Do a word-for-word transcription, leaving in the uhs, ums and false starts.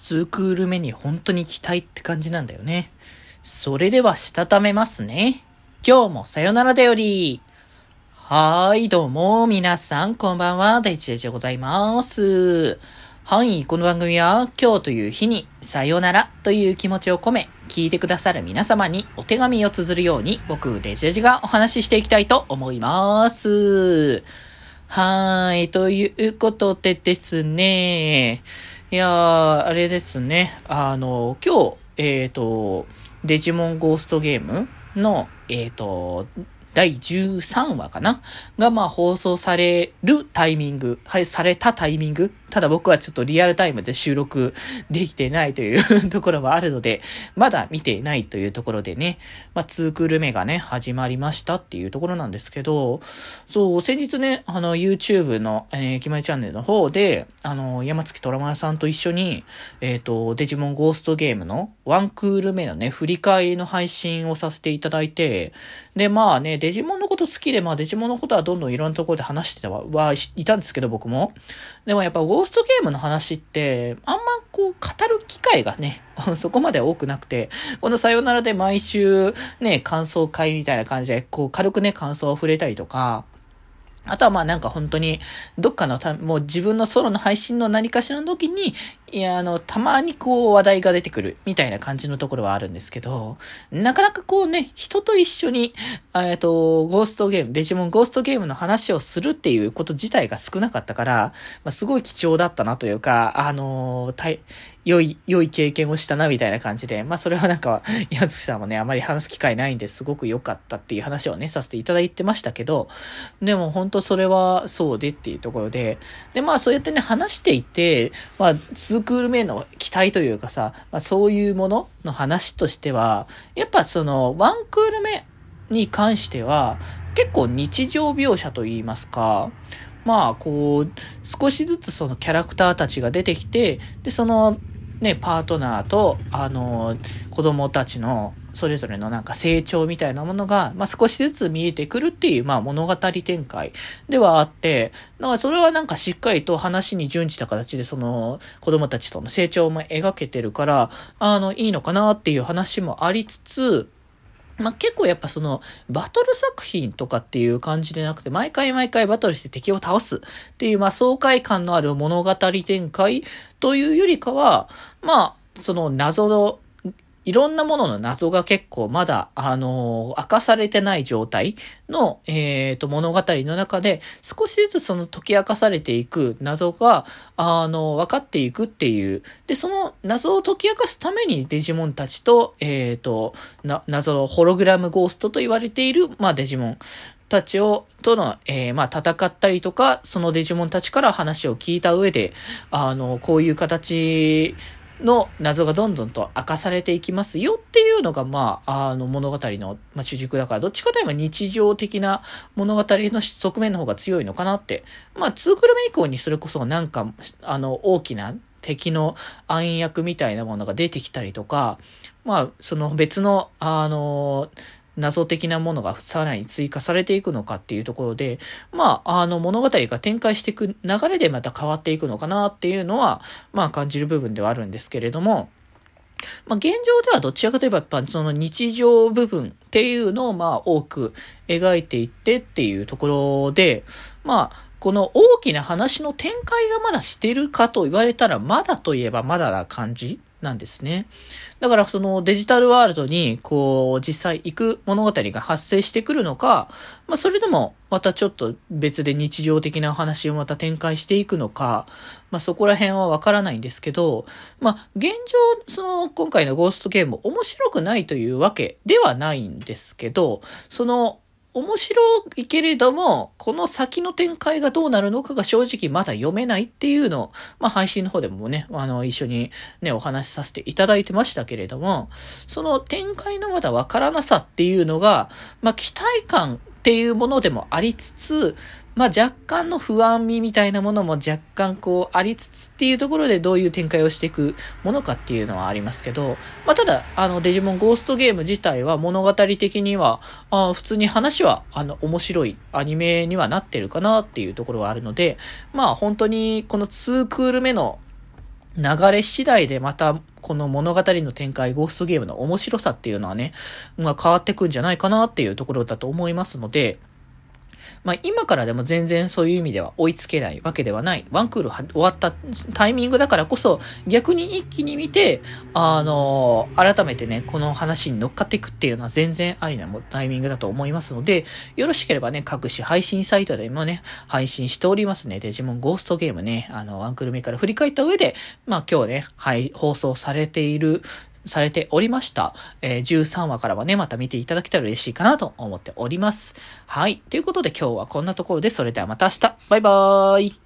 にクール目に本当に期待って感じなんだよね。それではしたためますね。今日もさよならだより。はーい、どうも、皆さん、こんばんは、大地でございます。はい、この番組は、今日という日に、さよならという気持ちを込め、聞いてくださる皆様にお手紙を綴るように、僕、デジェジがお話ししていきたいと思います。はーい、ということでですね、いやー、あれですね、あの、今日、えっと、デジモンゴーストゲームの、えっと、だいじゅうさんわかなが、まあ、放送されるタイミング、はい、されたタイミング。ただ僕はちょっとリアルタイムで収録できてないというところもあるので、まだ見ていないというところでね、まあ、にクール目がね、始まりましたっていうところなんですけど、そう、先日ね、あの、YouTube の、えー、きまりチャンネルの方で、あの、山月虎丸さんと一緒に、えっと、デジモンゴーストゲームのいちクール目のね、振り返りの配信をさせていただいて、で、まあね、デジモンのこと好きで、まあデジモンのことはどんどんいろんなところで話してたは、はいたんですけど、僕も。でもやっぱゴーストゲームの話って、あんまこう語る機会がね、そこまで多くなくて、このさよならで毎週ね、感想会みたいな感じで、こう軽くね、感想を触れたりとか、あとはまあなんか本当に、どっかのた、もう自分のソロの配信の何かしらの時に、いや、あの、たまにこう話題が出てくるみたいな感じのところはあるんですけど、なかなかこうね、人と一緒に、えっと、ゴーストゲーム、デジモンゴーストゲームの話をするっていうこと自体が少なかったから、まあ、すごい貴重だったなというか、あのー、たい、良い、良い経験をしたなみたいな感じで、まあそれはなんか、岩月さんもね、あまり話す機会ないんですごく良かったっていう話をね、させていただいてましたけど、でも本当それはそうでっていうところで、でまあそうやってね、話していて、まあにクール目の期待というかさ、まあそういうものの話としては、やっぱそのいちクール目に関しては、結構日常描写といいますか、まあこう、少しずつそのキャラクターたちが出てきて、で、その、ね、パートナーと、あの、子供たちの、それぞれのなんか成長みたいなものが、まあ、少しずつ見えてくるっていう、まあ、物語展開ではあって、だからそれはなんかしっかりと話に準じた形で、その、子供たちとの成長も描けてるから、あの、いいのかなっていう話もありつつ、まあ、結構やっぱそのバトル作品とかっていう感じでなくて、毎回毎回バトルして敵を倒すっていう、まあ、爽快感のある物語展開というよりかは、まあ、その謎の、いろんなものの謎が結構まだ、あのー、明かされてない状態の、えっと、物語の中で、少しずつその解き明かされていく謎が、あのー、分かっていくっていう。で、その謎を解き明かすためにデジモンたちと、えっと、な、謎のホログラムゴーストと言われている、まあ、デジモンたちを、との、えー、まあ、戦ったりとか、そのデジモンたちから話を聞いた上で、あの、こういう形、の謎がどんどんと明かされていきますよっていうのが、まあ、あの物語の、まあ、主軸だから、どっちかといえば日常的な物語の側面の方が強いのかなって。まあ、にクール目以降にそれこそなんか、あの、大きな敵の暗躍みたいなものが出てきたりとか、まあ、その別の、あの、謎的なものがさらに追加されていくのかっていうところで、まあ、あの物語が展開していく流れでまた変わっていくのかなっていうのは、まあ感じる部分ではあるんですけれども、まあ現状ではどちらかといえばやっぱその日常部分っていうのをまあ多く描いていってっていうところで、まあ、この大きな話の展開がまだしてるかと言われたら、まだといえばまだな感じなんですね。だからそのデジタルワールドにこう実際行く物語が発生してくるのか、まあそれでもまたちょっと別で日常的な話をまた展開していくのか、まあそこら辺はわからないんですけど、まあ現状その今回のゴーストゲーム面白くないというわけではないんですけど、その面白いけれども、この先の展開がどうなるのかが正直まだ読めないっていうのを、まあ配信の方でもね、あの一緒にね、お話しさせていただいてましたけれども、その展開のまだわからなさっていうのが、まあ期待感っていうものでもありつつ、まあ若干の不安味みたいなものも若干こうありつつっていうところでどういう展開をしていくものかっていうのはありますけど、まあただあのデジモンゴーストゲーム自体は物語的にはあ普通に話はあの面白いアニメにはなってるかなっていうところはあるので、まあ本当にこのにクール目の流れ次第でまたこの物語の展開、ゴーストゲームの面白さっていうのはね、まあ変わってくんじゃないかなっていうところだと思いますので、まあ今からでも全然そういう意味では追いつけないわけではない。ワンクール終わったタイミングだからこそ逆に一気に見て、あのー、改めてね、この話に乗っかっていくっていうのは全然ありなタイミングだと思いますので、よろしければね、各種配信サイトでもね、配信しておりますね。デジモンゴーストゲームね、あの、ワンクール目から振り返った上で、まあ今日ね、はい、放送されている、されておりました。えー、じゅうさんわからはね、また見ていただけたら嬉しいかなと思っております。はい。ということで今日はこんなところで、それではまた明日。バイバーイ。